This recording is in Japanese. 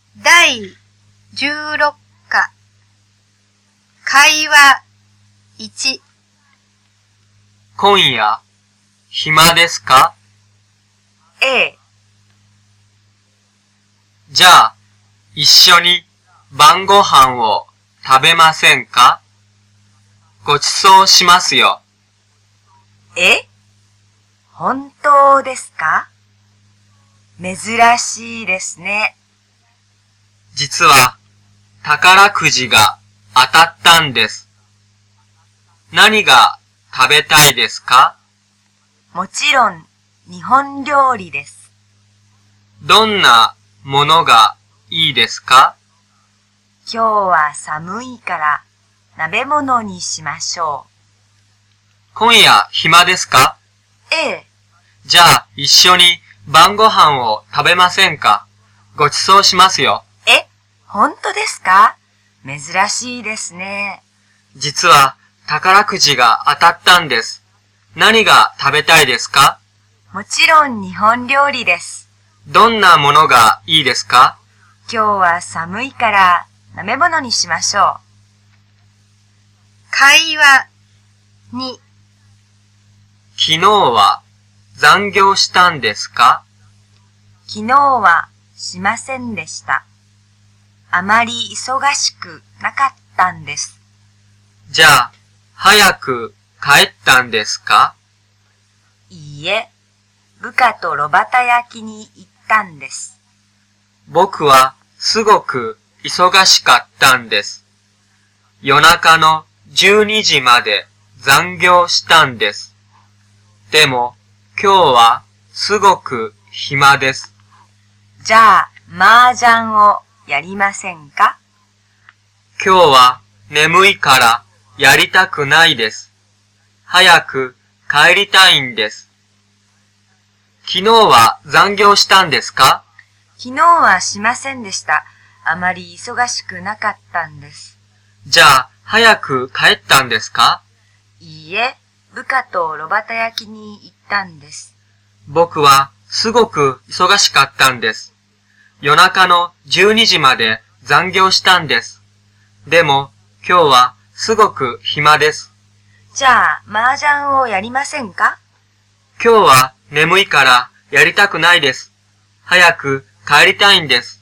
第16課会話1。 今夜、暇ですか？ A。 じゃあ、一緒に晩ご飯を食べませんか？ごちそうしますよ。 本当ですか？珍しいですね。 実は、宝くじが当たったんです。何が食べたいですか？ もちろん、日本料理です。 どんなものがいいですか？ 今日は寒いから鍋物にしましょ今夜暇ですか？ う。A。 じゃあ一緒に晩ご飯を食べませんか？ごちそうしますよ。 本当ですか？珍しいですね。 実は宝くじが当たったんです。何が食べたいですか？ もちろん日本料理です。 どんなものがいいですか？ 今日は寒いから鍋物にしましょう。会話2。 昨日は残業したんですか？ 昨日はしませんでした。あまり忙しくなかったんです。 じゃあ、早く帰ったんですか？ いいえ、部下と炉端焼きに行ったんです。 僕はすごく忙しかったんです。夜中の12時まで残業したんです。でも、今日はすごく暇です。 じゃあ、麻雀をやりませんか？ 今日は眠いからやりたくないです。早く帰りたいんです。昨日は残業したんですか？ 昨日はしませんでした。あまり忙しくなかったんです。 じゃあ、早く帰ったんですか？ いいえ、部下と炉端焼きに行ったんです。 僕はすごく忙しかったんです。夜中の12時まで残業したんです。でも、今日はすごく暇です。 じゃあ、麻雀をやりませんか？ 今日は眠いからやりたくないです。早く帰りたいんです。